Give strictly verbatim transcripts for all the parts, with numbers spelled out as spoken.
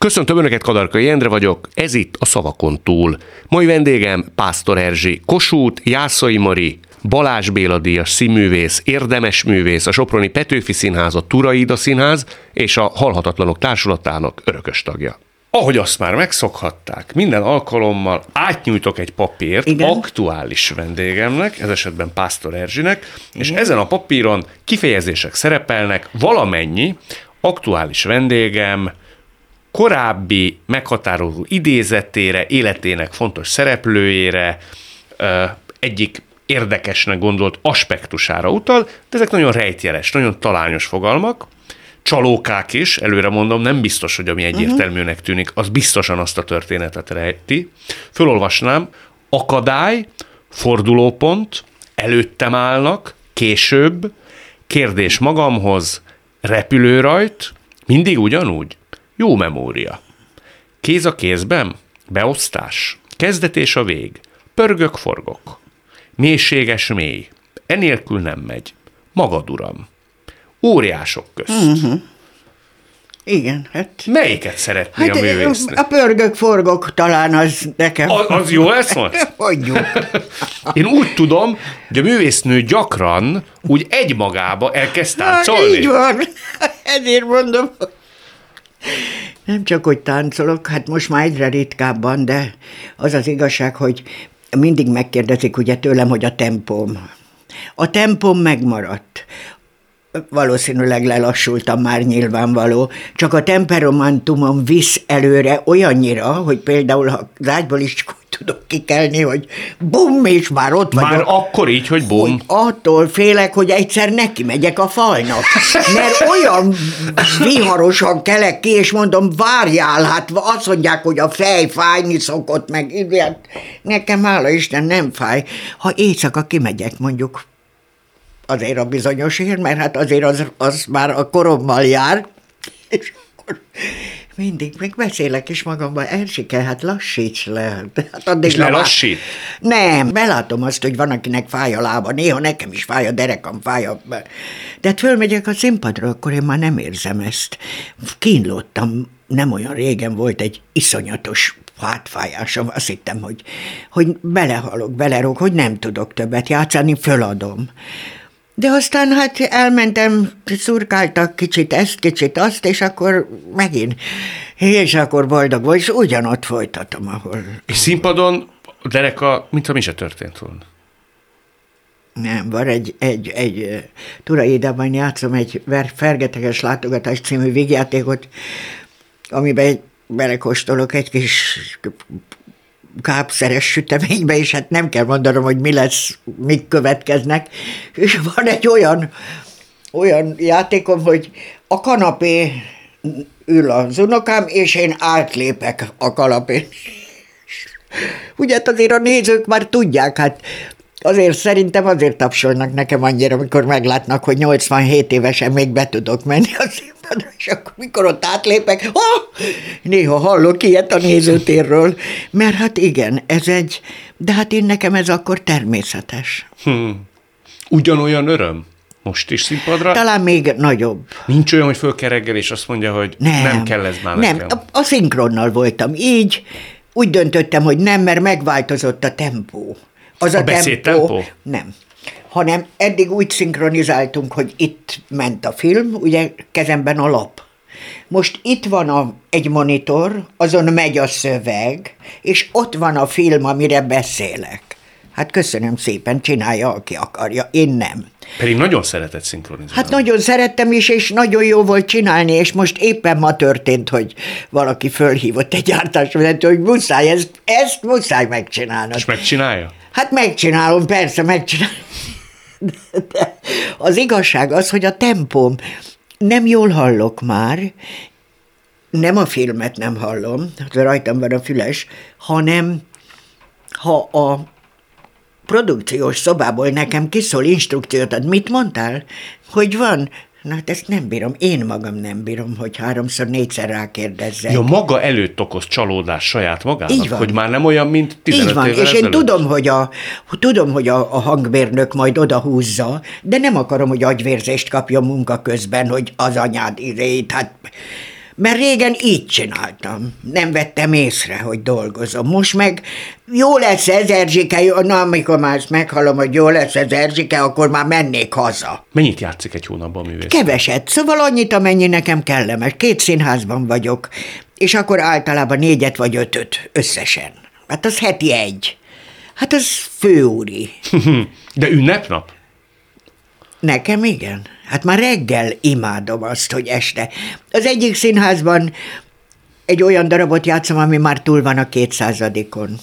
Köszöntöm Önöket, Kadarkai Endre vagyok, ez itt a Szavakon túl. Mai vendégem Pásztor Erzsi, Kossuth, Jászai Mari, Balázs Béla díjas színművész, érdemes művész, a soproni Petőfi Színház, a Turai Ida Színház és a Halhatatlanok Társulatának örökös tagja. Ahogy azt már megszokhatták, minden alkalommal átnyújtok egy papírt Igen. aktuális vendégemnek, ez esetben Pásztor Erzsinek, Igen. és ezen a papíron kifejezések szerepelnek valamennyi aktuális vendégem korábbi meghatározó idézetére, életének fontos szereplőjére, egyik érdekesnek gondolt aspektusára utal, de ezek nagyon rejtjeles, nagyon talányos fogalmak, csalókák is, előre mondom, nem biztos, hogy ami egyértelműnek tűnik, az biztosan azt a történetet rejti. Fölolvasnám: akadály, fordulópont, előttem állnak, később, kérdés magamhoz, repülőrajt, mindig ugyanúgy, jó memória. Kéz a kézben, beosztás, kezdet és a vég, pörgök, forgok, mélységes mély, enélkül nem megy, magad uram, óriások közt. Uh-huh. Igen, hát... Melyiket szeretné hát a művésznő? A pörgök, forgok talán az nekem. Az, az jó lesz most? Hogy Én úgy tudom, hogy a művésznő gyakran úgy egymagába elkezd táncolni. Így van, ezért mondom. Nem csak, hogy táncolok, hát most már egyre ritkábban, de az az igazság, hogy mindig megkérdezik ugye tőlem, hogy a tempóm. A tempóm megmaradt. Valószínűleg lelassultam már, nyilvánvaló, csak a temperamentumom visz előre olyannyira, hogy például ha az ágyból is csak úgy tudok kikelni, hogy bum, és már ott vagyok. Már akkor így, hogy bum. Hogy attól félek, hogy egyszer neki megyek a falnak, mert olyan viharosan kelek ki, és mondom, várjál, hát azt mondják, hogy a fej fájni szokott, meg nekem hála Isten nem fáj. Ha éjszaka kimegyek, mondjuk, azért a bizonyosért, mert hát azért az, az már a korommal jár, és akkor mindig még beszélek is magamban, Erzsike, hát lassíts le. Hát addig és lelassít? Nem, belátom azt, hogy van, akinek fáj a lába, néha nekem is fáj a derekam, fáj a... De hát fölmegyek a színpadra, akkor én már nem érzem ezt. Kínlottam, nem olyan régen volt egy iszonyatos hátfájásom, azt hittem, hogy, hogy belehalok, belerok, hogy nem tudok többet játszani, föladom. De aztán hát elmentem, szurkáltak kicsit ezt, kicsit azt, és akkor megint, és akkor boldog volt, és ugyanott folytatom, ahol... És színpadon a dereka, mintha mi se történt volna. Nem, van egy, egy, egy Turai Idában játszom egy Fergeteges látogatás című vígjátékot, amiben egy, belekóstolok egy kis kápszeres süteménybe, és hát nem kell mondanom, hogy mi lesz, mik következnek. És van egy olyan, olyan játékom, hogy a kanapé ül az unokám, és én átlépek a kanapén. Ugye hát azért a nézők már tudják, hát azért szerintem azért tapsolnak nekem annyira, amikor meglátnak, hogy nyolcvanhét évesen még be tudok menni a színpadra, és akkor mikor ott átlépek, oh! Néha hallok ilyet a nézőtérről, mert hát igen, ez egy, de hát én nekem ez akkor természetes. Hmm. Ugyanolyan öröm? Most is színpadra? Talán még nagyobb. Nincs olyan, hogy fölkereggel, és azt mondja, hogy nem, nem kell ez már nem, nekem. A, a szinkronnal voltam így, úgy döntöttem, hogy nem, mert megváltozott a tempó. Az a, a beszédtempó? Nem. Hanem eddig úgy szinkronizáltunk, hogy itt ment a film, ugye kezemben a lap. Most itt van a, egy monitor, azon megy a szöveg, és ott van a film, amire beszélek. Hát köszönöm szépen, csinálja, aki akarja, én nem. Pedig nagyon szeretett szinkronizálni. Hát nagyon szerettem is, és nagyon jó volt csinálni, és most éppen ma történt, hogy valaki fölhívott egy gyártásvezető, hogy muszáj, ezt, ezt muszáj megcsinálnod. És megcsinálja? Hát megcsinálom, persze, megcsinálom. De az igazság az, hogy a tempóm, nem jól hallok már, nem a filmet nem hallom, rajtam van a füles, hanem ha a produkciós szobából nekem kiszól instrukciót ad, mit mondtál? Hogy van? Na hát ezt nem bírom, én magam nem bírom, hogy háromszor, négyszer rákérdezzek. Ja, maga előtt okoz csalódás saját magának, Így van. Hogy már nem olyan, mint tizenöt Így van, évvel és ezelőtt. én tudom, hogy a, tudom, hogy a, a hangmérnök majd odahúzza, de nem akarom, hogy agyvérzést kapjon munka közben, hogy az anyád idejét, hát Mert régen így csináltam. Nem vettem észre, hogy dolgozom. Most meg jó lesz ez, Erzsike, na amikor már ezt meghallom, hogy jó lesz ez, Erzsike, akkor már mennék haza. Mennyit játszik egy hónapban művész? Keveset, szóval annyit, amennyi nekem kellemes. Két színházban vagyok, és akkor általában négyet vagy ötöt összesen. Hát az heti egy. Hát az főúri. De ünnepnap? Nekem igen. Hát már reggel imádom azt, hogy este. Az egyik színházban egy olyan darabot játszom, ami már túl van a kétszázadikon.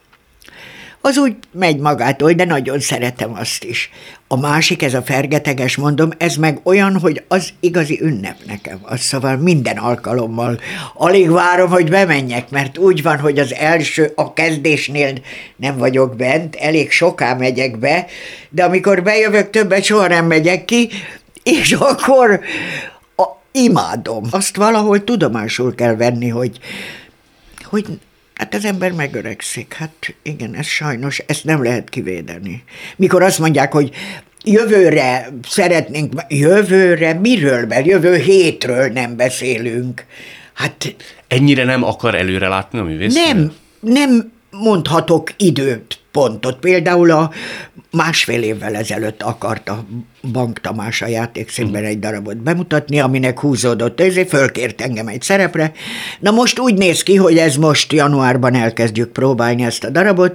Az úgy megy magától, de nagyon szeretem azt is. A másik, ez a fergeteges, mondom, ez meg olyan, hogy az igazi ünnep nekem. Az szóval minden alkalommal alig várom, hogy bemenjek, mert úgy van, hogy az első, a kezdésnél nem vagyok bent, elég soká megyek be, de amikor bejövök, többet soha nem megyek ki, és akkor a, imádom. Azt valahol tudomásul kell venni, hogy, hogy hát az ember megöregszik. Hát igen, ez sajnos, ezt nem lehet kivédeni. Mikor azt mondják, hogy jövőre szeretnénk, jövőre miről, mert jövő hétről nem beszélünk. Hát ennyire nem akar előre látni a művész? Nem, nem mondhatok időt, pontot. Például a másfél évvel ezelőtt akarta Bank Tamás a Játékszínben egy darabot bemutatni, aminek húzódott, ezért fölkért engem egy szerepre. Na most úgy néz ki, hogy ez most januárban elkezdjük próbálni ezt a darabot,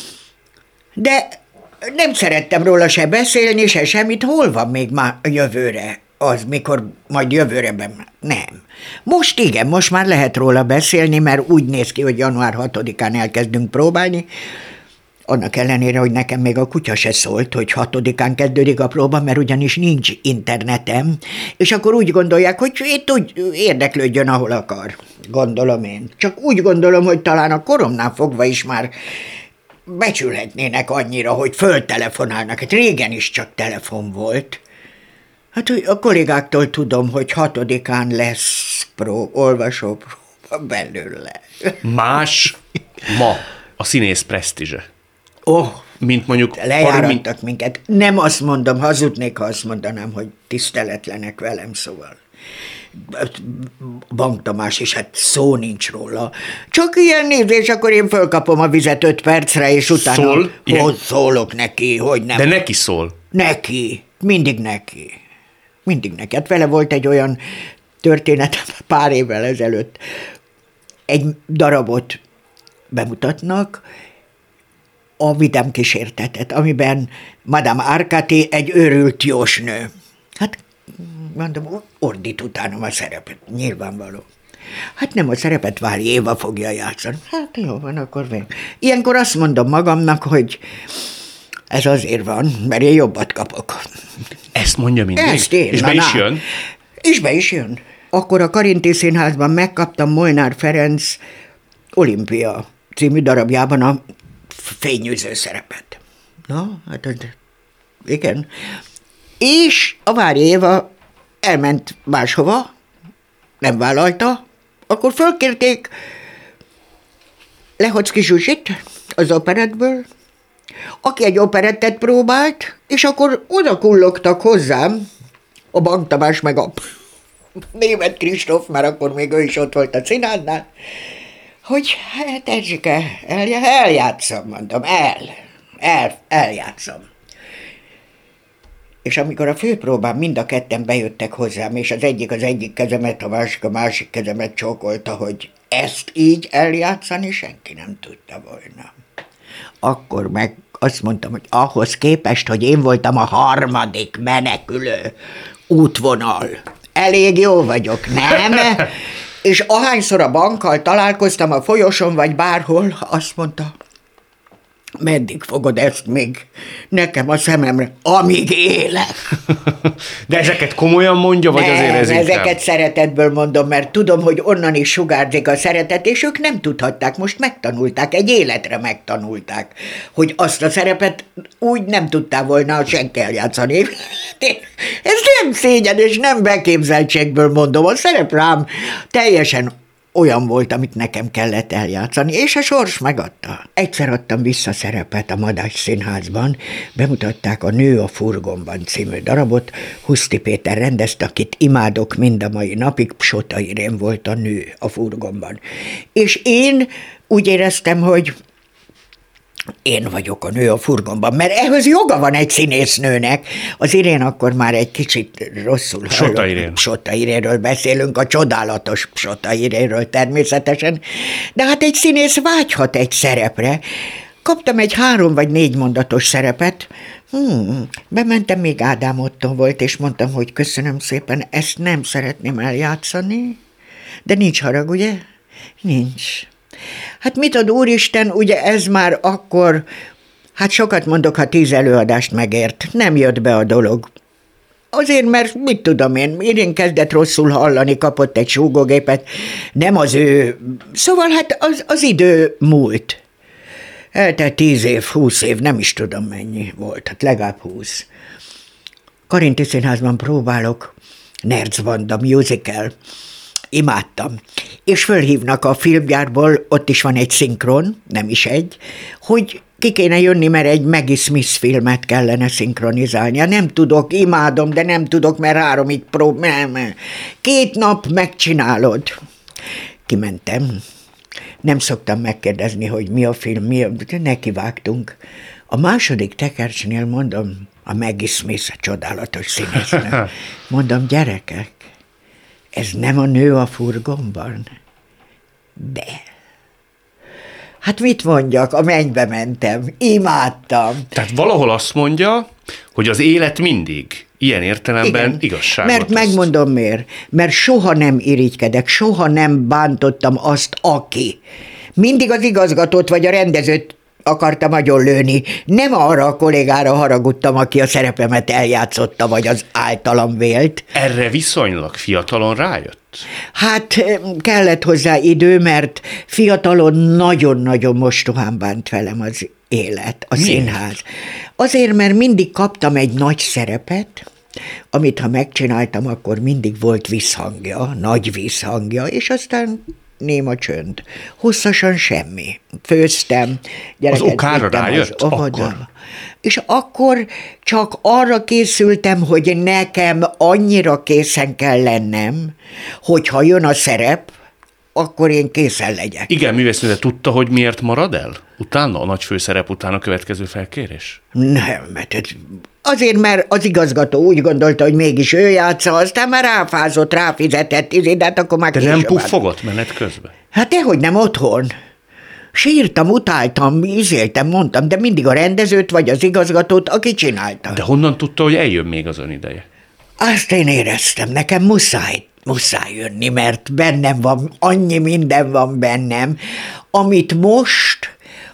de nem szerettem róla se beszélni, se semmit. Hol van még már jövőre? Az, mikor majd jövőre ben... Nem. Most igen, most már lehet róla beszélni, mert úgy néz ki, hogy január hatodikán elkezdünk próbálni, annak ellenére, hogy nekem még a kutya se szólt, hogy hatodikán kezdődik a próba, mert ugyanis nincs internetem, és akkor úgy gondolják, hogy itt úgy érdeklődjön, ahol akar, gondolom én. Csak úgy gondolom, hogy talán a koromnál fogva is már becsülhetnének annyira, hogy föltelefonálnak. Hát régen is csak telefon volt. Hát a kollégáktól tudom, hogy hatodikán lesz pró, olvasó próba belőle. Más ma a színész presztízse. Oh, mint mondjuk... lejárattak harminc... minket. Nem azt mondom, hazudnék, ha azt mondanám, hogy tiszteletlenek velem, szóval. Bank Tamás is, hát szó nincs róla. Csak ilyen nézés, akkor én fölkapom a vizet öt percre, és utána... Szól? Hogy szólok neki, hogy nem. De neki szól. Neki. Mindig neki. Mindig neki. Hát vele volt egy olyan történet pár évvel ezelőtt. Egy darabot bemutatnak, a Vidám kísértetet, amiben Madame Arcati egy őrült jósnő. Hát mondom, ordít utánom a szerepet, nyilvánvaló. Hát nem a szerepet, Vári Éva fogja játszani. Hát jó van, akkor vég. Ilyenkor azt mondom magamnak, hogy ez azért van, mert én jobbat kapok. Ezt mondja mindig? Ezt én. És na, be is na. jön? És be is jön. Akkor a Karinti Színházban megkaptam Molnár Ferenc Olimpia című darabjában a fényűző szerepet. Na, hát igen. És a Vári Éva elment máshova, nem vállalta, akkor fölkérték Lehocki Zsuzsit az operettből, aki egy operettet próbált, és akkor oda kullogtak hozzám a Bank Tamás meg a Németh Kristóf, mert akkor még ő is ott volt a színháznál, hogy hát Erzsike, el, eljátszom, mondom, el, el, eljátszom. És amikor a főpróbán mind a ketten bejöttek hozzám, és az egyik az egyik kezemet, a másik a másik kezemet csókolta, hogy ezt így eljátszani senki nem tudta volna. Akkor meg azt mondtam, hogy ahhoz képest, hogy én voltam a harmadik menekülő útvonal, elég jó vagyok, nem? És ahányszor a bankkal találkoztam a folyosón, vagy bárhol, azt mondta, meddig fogod ezt még nekem a szememre, amíg élek. De ezeket komolyan mondja, vagy nem, azért ez inkább? Ezeket szeretetből mondom, mert tudom, hogy onnan is sugárzik a szeretet, és ők nem tudhatták, most megtanulták, egy életre megtanulták, hogy azt a szerepet úgy nem tudtál volna senki eljátszani. Ez nem szégyen, és nem beképzeltségből mondom, a szerep rám teljesen olyan volt, amit nekem kellett eljátszani, és a sors megadta. Egyszer adtam vissza szerepet a Madách Színházban, bemutatták a Nő a furgonban című darabot, Huszti Péter rendezte, akit imádok mind a mai napig, Psota Irén volt a nő a furgonban. És én úgy éreztem, hogy én vagyok a nő a furgonban, mert ehhez joga van egy színésznőnek. Az Irén akkor már egy kicsit rosszul hallott. Psota Irén. Psota Irénről beszélünk, a csodálatos Psota Irénről természetesen. De hát egy színész vágyhat egy szerepre. Kaptam egy három vagy négy mondatos szerepet. Hmm, bementem, még Ádám Otton volt, és mondtam, hogy köszönöm szépen, ezt nem szeretném eljátszani. De nincs harag, ugye? Nincs. Hát mit ad Úristen, ugye ez már akkor, hát sokat mondok, ha tíz előadást megért, nem jött be a dolog. Azért, mert mit tudom én, Irén kezdett rosszul hallani, kapott egy súgógépet, nem az ő, szóval hát az, az idő múlt. Eltelt tíz év, húsz év, nem is tudom mennyi volt, hát legalább húsz. Karinti Színházban próbálok, Nerc Vanda musical, imádtam. És fölhívnak a filmgyárból, ott is van egy szinkron, nem is egy, hogy ki kéne jönni, mert egy Maggie Smith filmet kellene szinkronizálnia. Nem tudok, imádom, de nem tudok, mert háromig prób... Nem. Két nap megcsinálod. Kimentem. Nem szoktam megkérdezni, hogy mi a film, mi a... Nekivágtunk. A második tekercsnél mondom, a Maggie Smith, a csodálatos színésznő. Mondom, gyerekek, ez nem a Nő a furgonban? De. Hát mit mondjak, a mennybe mentem, imádtam. Tehát valahol azt mondja, hogy az élet mindig ilyen értelemben Igen, igazságot mert oszt. megmondom miért. Mert soha nem irigykedek, soha nem bántottam azt, aki. Mindig az igazgatót vagy a rendezőt akartam agyonlőni. Nem arra a kollégára haragudtam, aki a szerepemet eljátszotta, vagy az általam vélt. Erre viszonylag fiatalon rájött? Hát kellett hozzá idő, mert fiatalon nagyon-nagyon mostohán bánt velem az élet, a Miért? színház. Azért, mert mindig kaptam egy nagy szerepet, amit ha megcsináltam, akkor mindig volt visszhangja, nagy visszhangja, és aztán néma csönd. Hosszasan semmi. Főztem, gyereket Az okára vittem rájött? az óvodába. És akkor csak arra készültem, hogy nekem annyira készen kell lennem, hogy ha jön a szerep, akkor én készen legyek. Igen, művésznő, de tudta, hogy miért marad el? Utána, a nagy főszerep után a következő felkérés? Nem, mert azért, mert az igazgató úgy gondolta, hogy mégis ő játsza, aztán már ráfázott, ráfizetett, de hát akkor már De később nem állt. puffogott menet közben? Hát dehogy nem otthon. Sírtam, utáltam, ízéltem, mondtam, de mindig a rendezőt vagy az igazgatót, aki csinálta. De honnan tudta, hogy eljön még az ön ideje? Azt én éreztem, nekem muszáj, muszáj jönni, mert bennem van, annyi minden van bennem, amit most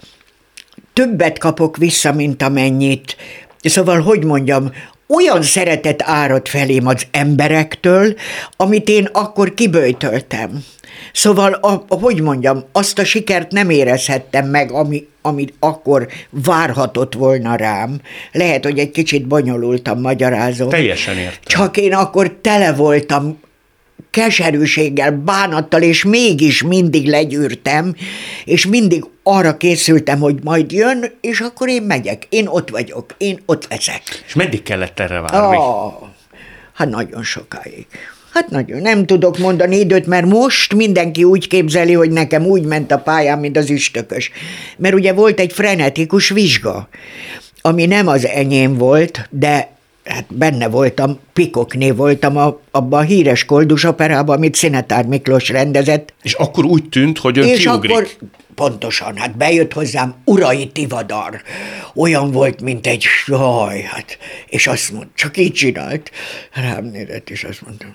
többet kapok vissza, mint amennyit. Szóval, hogy mondjam, olyan szeretet árad felém az emberektől, amit én akkor kiböjtöltem. Szóval, a, a, hogy mondjam, azt a sikert nem érezhettem meg, ami, amit akkor várhatott volna rám. Lehet, hogy egy kicsit bonyolultan magyarázom. Teljesen értem. Csak én akkor tele voltam keserűséggel, bánattal, és mégis mindig legyűrtem, és mindig arra készültem, hogy majd jön, és akkor én megyek, én ott vagyok, én ott leszek. És meddig kellett erre várni? Oh, hát nagyon sokáig. Hát nagyon, nem tudok mondani időt, mert most mindenki úgy képzeli, hogy nekem úgy ment a pályám, mint az üstökös. Mert ugye volt egy frenetikus vizsga, ami nem az enyém volt, de hát benne voltam, Pikokné voltam a, abban a híres Koldus operában, amit Szinetár Miklós rendezett. És akkor úgy tűnt, hogy ön És kiugrik. akkor pontosan, hát bejött hozzám Urai Tivadar. Olyan volt, mint egy jaj, hát, és azt mondta, csak így csinált. Rám nézett, és azt mondta,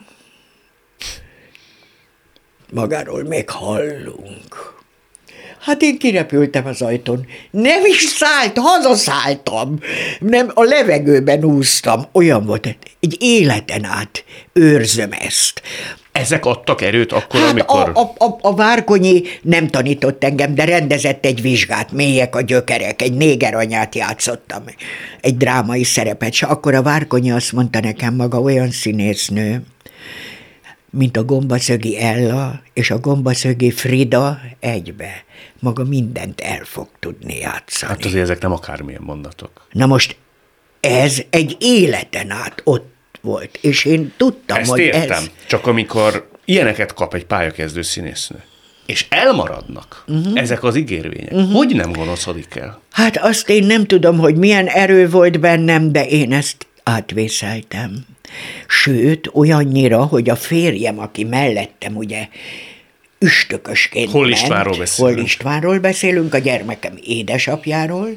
magáról még hallunk. Hát én kirepültem az ajtón. Nem is szállt, hazaszálltam. Nem, a levegőben úsztam. Olyan volt, egy életen át őrzöm ezt. Ezek adtak erőt akkor, Hát amikor... a, a, a, a Várkonyi nem tanított engem, de rendezett egy vizsgát, Mélyek a gyökerek, egy négeranyát játszottam, egy drámai szerepet, és akkor a Várkonyi azt mondta nekem, maga olyan színésznő, mint a Gombaszögi Ella és a Gombaszögi Frida egybe. Maga mindent el fog tudni játszani. Hát azért ezek nem akármilyen mondatok. Na most ez egy életen át ott volt, és én tudtam, Ezt hogy értem. ez... Csak amikor ilyeneket kap egy pályakezdő színésznő, és elmaradnak uh-huh. ezek az ígérvények, uh-huh. hogy nem gonoszodik el? Hát azt én nem tudom, hogy milyen erő volt bennem, de én ezt átvészeltem. Sőt, olyannyira, hogy a férjem, aki mellettem ugye üstökösként Hol ment, Istvánról beszélünk? Hol Istvánról beszélünk, a gyermekem édesapjáról,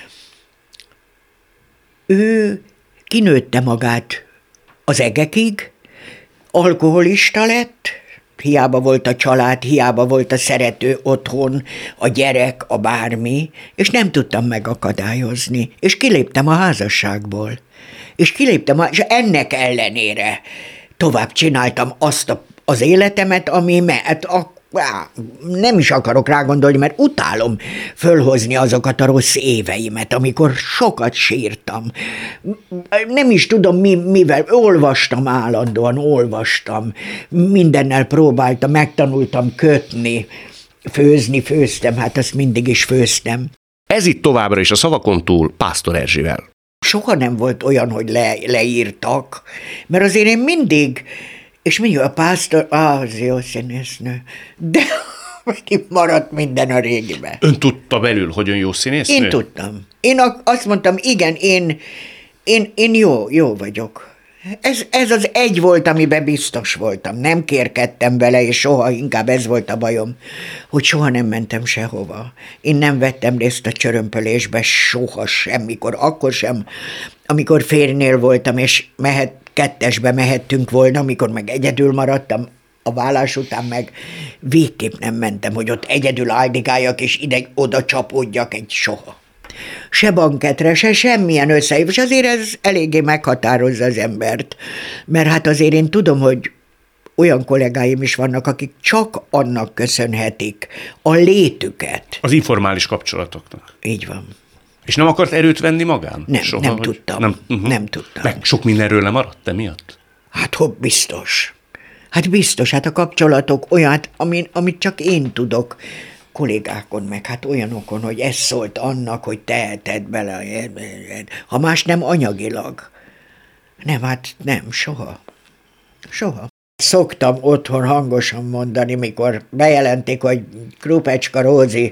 ő kinőtte magát az egekig, alkoholista lett, hiába volt a család, hiába volt a szerető otthon, a gyerek, a bármi, és nem tudtam megakadályozni, és kiléptem a házasságból. És kiléptem, és ennek ellenére tovább csináltam azt a, az életemet, ami mert a, á, nem is akarok rá gondolni, mert utálom fölhozni azokat a rossz éveimet, amikor sokat sírtam. Nem is tudom, mi, mivel, olvastam állandóan, olvastam, mindennel próbáltam, megtanultam kötni, főzni, főztem, hát azt mindig is főztem. Ez itt továbbra is a Szavakon túl Pásztor Erzsivel. Soha nem volt olyan, hogy le, leírtak, mert azért én mindig, és mondjuk a pásztor, az jó színésznő, de maradt minden a régiben. Ön tudta belül, hogy ön jó színésznő? Én tudtam. Én azt mondtam, igen, én, én, én jó, jó vagyok. Ez, ez az egy volt, amiben biztos voltam. Nem kérkedtem vele, és soha, inkább ez volt a bajom, hogy soha nem mentem sehova. Én nem vettem részt a csörömpölésbe soha semmikor, akkor sem, amikor férjnél voltam, és mehet, kettesbe mehettünk volna, amikor meg egyedül maradtam, a vállás után meg végképp nem mentem, hogy ott egyedül áldigáljak, és ide oda csapódjak, egy soha. Se banketre, se semmilyen összehívás, és azért ez eléggé meghatározza az embert, mert hát azért én tudom, hogy olyan kollégáim is vannak, akik csak annak köszönhetik a létüket. Az informális kapcsolatoknak. Így van. És nem akart erőt venni magán? Nem, Soha, nem hogy... tudtam. Nem, uh-huh. nem tudtam. Meg sok mindenről lemaradt emiatt? Hát hopp, biztos. Hát biztos, hát a kapcsolatok olyan, hát, amit, amit csak én tudok, kollégákon, meg hát olyanokon, hogy ez szólt annak, hogy teheted bele, ha más nem anyagilag. Nem, hát nem, soha. Soha. Szoktam otthon hangosan mondani, mikor bejelentik, hogy Krupecska Rózi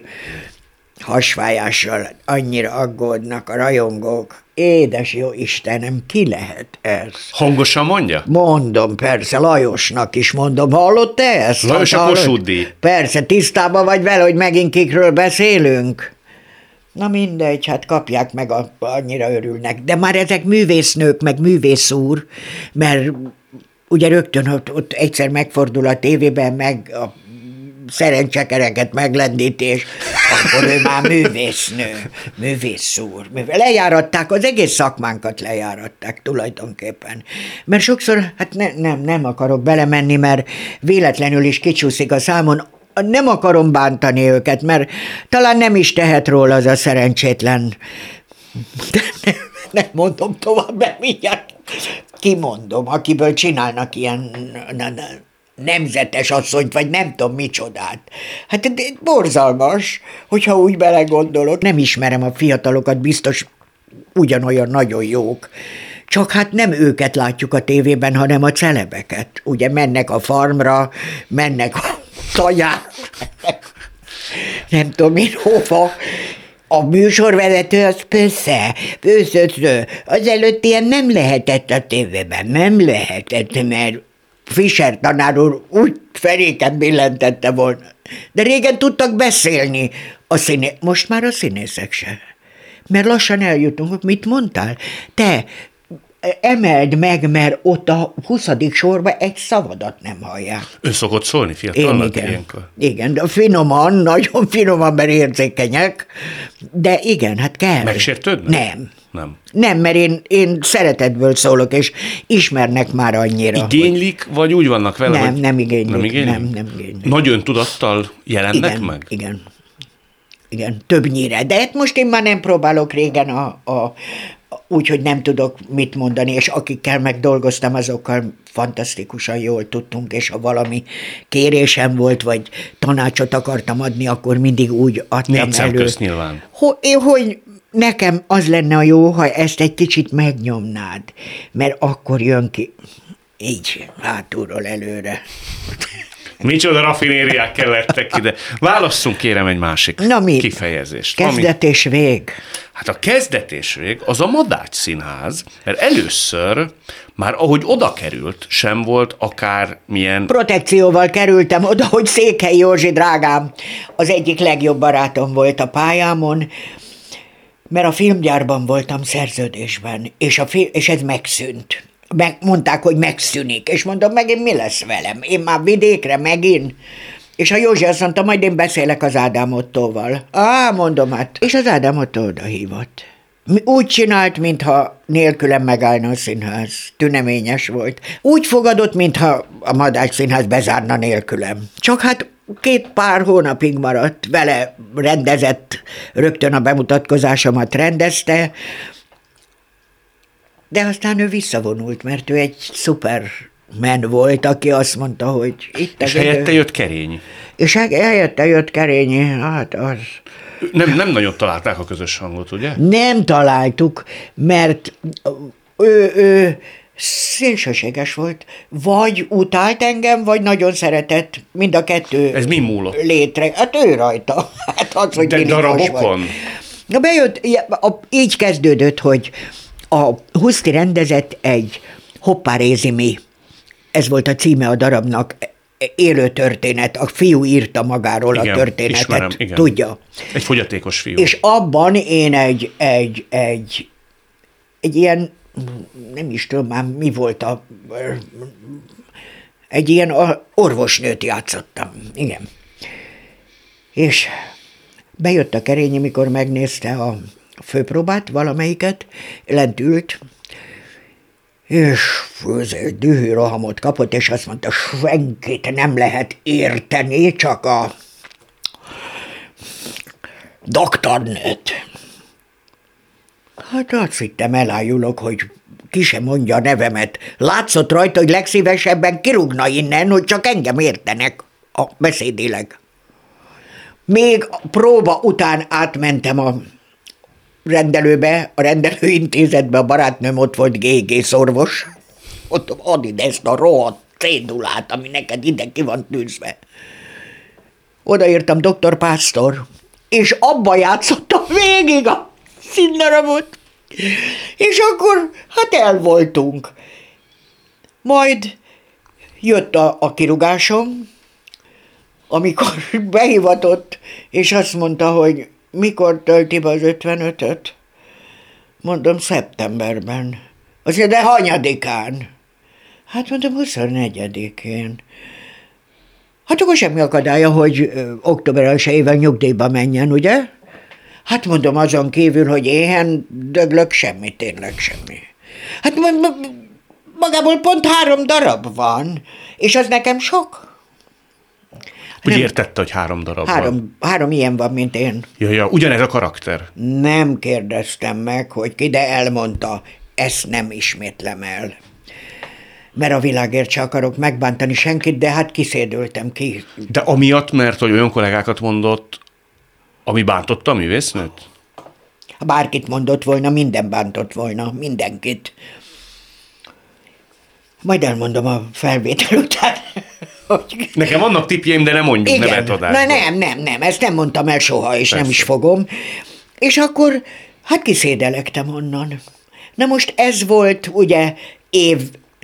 hasfájással annyira aggódnak a rajongók. Édes jó Istenem, ki lehet ez? Hangosan mondja? Mondom, persze, Lajosnak is mondom. Hallott te ezt? Lajos a Kossuth Díj. Persze, tisztában vagy vele, hogy megint kikről beszélünk? Na mindegy, hát kapják meg, a, annyira örülnek. De már ezek művésznők, meg művész úr, mert ugye rögtön ott, ott egyszer megfordul a tévében, meg a szerencsekereket meglendíti, és akkor ő már művésznő, művész úr. Lejáratták, az egész szakmánkat lejáratták tulajdonképpen. Mert sokszor, hát ne, nem, nem akarok belemenni, mert véletlenül is kicsúszik a számon, nem akarom bántani őket, mert talán nem is tehet róla az a szerencsétlen. De nem, nem mondom tovább, mert mindjárt kimondom, akiből csinálnak ilyen na, na, nemzetes asszonyt, vagy nem tudom micsodát. Hát borzalmas, hogyha úgy belegondolok. Nem ismerem a fiatalokat, biztos ugyanolyan nagyon jók. Csak hát nem őket látjuk a tévében, hanem a celebeket. Ugye mennek a farmra, mennek a taján, nem tudom én hova. A műsorvezető az persze, őszösző. Azelőtt ilyen nem lehetett a tévében, nem lehetett, mert Fischer tanár úr úgy feléken billentette volna. De régen tudtak beszélni a színé... Most már a színészek se. Mert lassan eljutunk. Mit mondtál? Te emeld meg, mert ott a huszadik sorban egy szavadat nem hallják. Ön szokott szólni fiatalnak igen. ilyenkor? Igen, de finoman, nagyon finoman, mert érzékenyek, de igen, hát kell. Megsértődnek? Nem. Nem. Nem, mert én, én szeretetből szólok, és ismernek már annyira. Igénylik, hogy... vagy úgy vannak vele? Nem, hogy... nem igénylik. Nem igénylik? Nem, nem igénylik. Nagy öntudattal jelennek igen, meg? Igen, igen, többnyire. De hát most én már nem próbálok régen a, a, úgyhogy nem tudok mit mondani, és akikkel megdolgoztam, azokkal fantasztikusan jól tudtunk, és ha valami kérésem volt, vagy tanácsot akartam adni, akkor mindig úgy adtam Négy elő. közt nyilván. Hogy, hogy nekem az lenne a jó, ha ezt egy kicsit megnyomnád, mert akkor jön ki így hátulról előre. Micsoda raffinériák kellettek ide. Válasszunk kérem egy másik Na mi? kifejezést. Kezdet és vég. Hát a kezdet és vég az a Madács Színház, mert először már ahogy oda került, sem volt akár milyen... Protekcióval kerültem oda, hogy Székely Józsi drágám az egyik legjobb barátom volt a pályámon, mert a filmgyárban voltam szerződésben, és, a fi- és ez megszűnt. Meg, mondták, hogy megszűnik, és mondom, megint mi lesz velem? Én már vidékre megint? És a Józsi azt mondta, majd én beszélek az Ádám Ottóval. Á, mondom, hát. És az Ádám Ottó oda hívott. Úgy csinált, mintha nélkülem megállna a színház. Tüneményes volt. Úgy fogadott, mintha a Madács Színház bezárna nélkülem. Csak hát két pár hónapig maradt, vele rendezett, rögtön a bemutatkozásomat rendezte, de aztán ő visszavonult, mert ő egy szupermen volt, aki azt mondta, hogy itt... És helyette jött Kerényi. És helyette jött Kerényi, hát az... Nem, nem nagyon találták a közös hangot, ugye? Nem találtuk, mert ő, ő szélsőséges volt. Vagy utált engem, vagy nagyon szeretett, mind a kettő. Ez mi múlott? Létre. Hát ő rajta. Hát az, hogy De darabokon? Na bejött, így kezdődött, hogy a Huszti rendezett egy Hoppárézi mi. Ez volt a címe a darabnak, élő történet. A fiú írta magáról igen, a történetet. Ismerem, igen. Tudja. Egy fogyatékos fiú. És abban én egy, egy, egy, egy ilyen, nem is tudom már mi volt a, egy ilyen orvosnőt játszottam. Igen. És bejött a Kerényi, mikor megnézte a főpróbát, valamelyiket, lent ült, és egy dühű rohamot kapott, és azt mondta, senkit nem lehet érteni, csak a doktornőt. Hát azt hittem, elájulok, hogy ki sem mondja a nevemet. Látszott rajta, hogy legszívesebben kirúgna innen, hogy csak engem értenek a beszédileg. Még a próba után átmentem a rendelőbe, a rendelőintézetbe, a barátnőm ott volt, gé gé orvos. Mondtam, add ide ezt a rohadt cédulát, ami neked ide ki van tűzve. Odaírtam doktor Pásztor, és abba játszottam végig a színdarabot. És akkor, hát el voltunk. Majd jött a, a kirúgásom, amikor behivatott, és azt mondta, hogy mikor tölti be az ötvenötöt? Mondom, szeptemberben. Azt mondja, de hanyadikán? Hát mondom, huszonnegyedikén. Hát akkor semmi akadálya, hogy október elsejével nyugdíjba menjen, ugye? Hát mondom, azon kívül, hogy éhen döglök, semmi, tényleg semmi. Hát magából pont három darab van, és az nekem sok. Úgy Nem, értette, hogy három darab három, van. Három ilyen van, mint én. Ja, ja, ugyanez a karakter. Nem kérdeztem meg, hogy ki, de elmondta, ezt nem ismétlem el. Mert a világért se akarok megbántani senkit, de hát kiszédültem ki. De amiatt, mert hogy olyan kollégákat mondott, ami bántotta a művésznőt? Ha bárkit mondott volna, minden bántott volna, mindenkit. Majd elmondom a felvétel után. Hogy... Nekem vannak tippjeim, de nem mondjuk Igen. nevet adásban. Na nem, nem, nem, ezt nem mondtam el soha, és Persze. nem is fogom. És akkor, hát kiszédelektem onnan. Na most ez volt, ugye, év,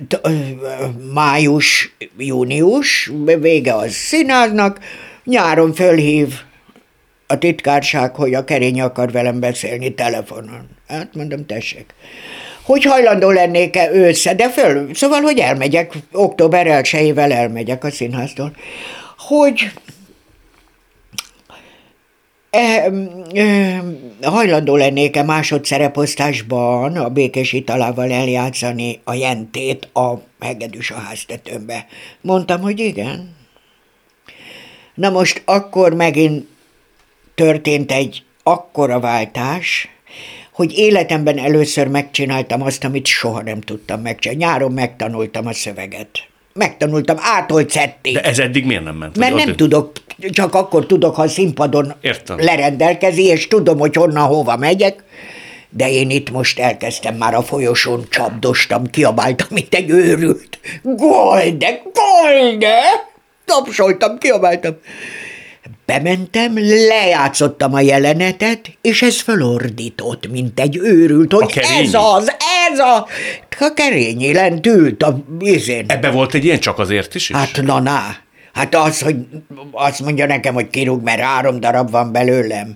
május, június, vége az színháznak, nyáron fölhív a titkárság, hogy a Kerényi akar velem beszélni telefonon. Hát mondom, tessék. Hogy hajlandó lennék-e ősszel, de föl, szóval, hogy elmegyek, október elsejével elmegyek a színháztól, hogy e, e, hajlandó lennék-e másodszereposztásban a Békés Italával eljátszani a Jentét a Hegedűs a háztetőmbe. Mondtam, hogy igen. Na most akkor megint történt egy akkora váltás, hogy életemben először megcsináltam azt, amit soha nem tudtam megcsinálni. Nyáron megtanultam a szöveget. Megtanultam ától szettig. De ez eddig miért nem ment? Mert nem addig? tudok, csak akkor tudok, ha a színpadon Értem. lerendelkezi, és tudom, hogy honnan hova megyek, de én itt most elkezdtem már a folyosón, csapdostam, kiabáltam, mint egy őrült. Golde, Golde! Tapsoltam, kiabáltam. Bementem, lejátszottam a jelenetet, és ez fölordított, mint egy őrült, hogy ez az, ez a... A Kerényi lent ült a vízén. Ebbe volt egy ilyen csak azért is? is? Hát na, na. Hát az, hogy azt mondja nekem, hogy kirúg, mert három darab van belőlem.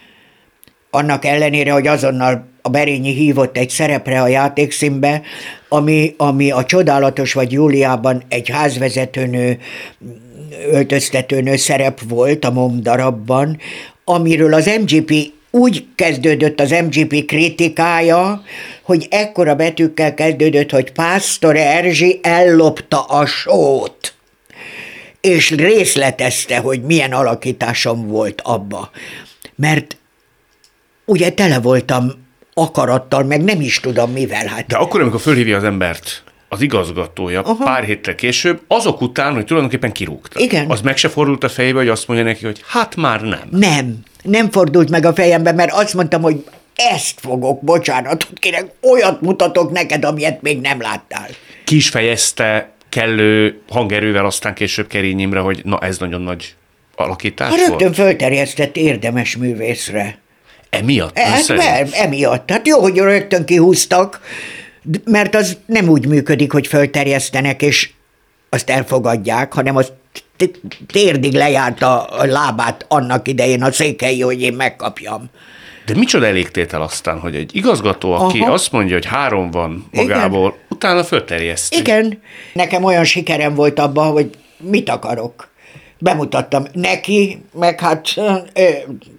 Annak ellenére, hogy azonnal a Berényi hívott egy szerepre a játékszínbe, ami, ami a Csodálatos vagy Júliában egy házvezetőnő, öltöztetőnő szerep volt a MOM darabban, amiről az em gé pé úgy kezdődött az em gé pé kritikája, hogy ekkora betűkkel kezdődött, hogy Pásztor Erzsi ellopta a sót, és részletezte, hogy milyen alakításom volt abba. Mert ugye tele voltam akarattal, meg nem is tudom mivel. Hát. De akkor, amikor fölhívja az embert az igazgatója, aha, pár héttel később, azok után, hogy tulajdonképpen kirúgta. Igen. Az meg se fordult a fejébe, hogy azt mondja neki, hogy hát már nem. Nem, nem fordult meg a fejembe, mert azt mondtam, hogy ezt fogok, bocsánatot kérek, olyat mutatok neked, amilyet még nem láttál. Ki is fejezte kellő hangerővel aztán később Kerényi Imre, hogy na ez nagyon nagy alakítás hát rögtön volt? fölterjesztett érdemes művészre. Emiatt? Hát mert, emiatt. Hát jó, hogy rögtön kihúztak, mert az nem úgy működik, hogy fölterjesztenek, és azt elfogadják, hanem az térdig lejárt a lábát annak idején a Székhelyi, hogy én megkapjam. De micsoda elégtétel aztán, hogy egy igazgató, aki aha, azt mondja, hogy három van magából, igen, utána fölterjeszti. Igen. Nekem olyan sikerem volt abban, hogy mit akarok. Bemutattam neki, meg hát ö,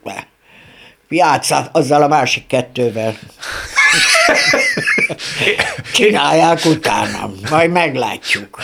játsszál azzal a másik kettővel. Csinálják utánam, majd meglátjuk.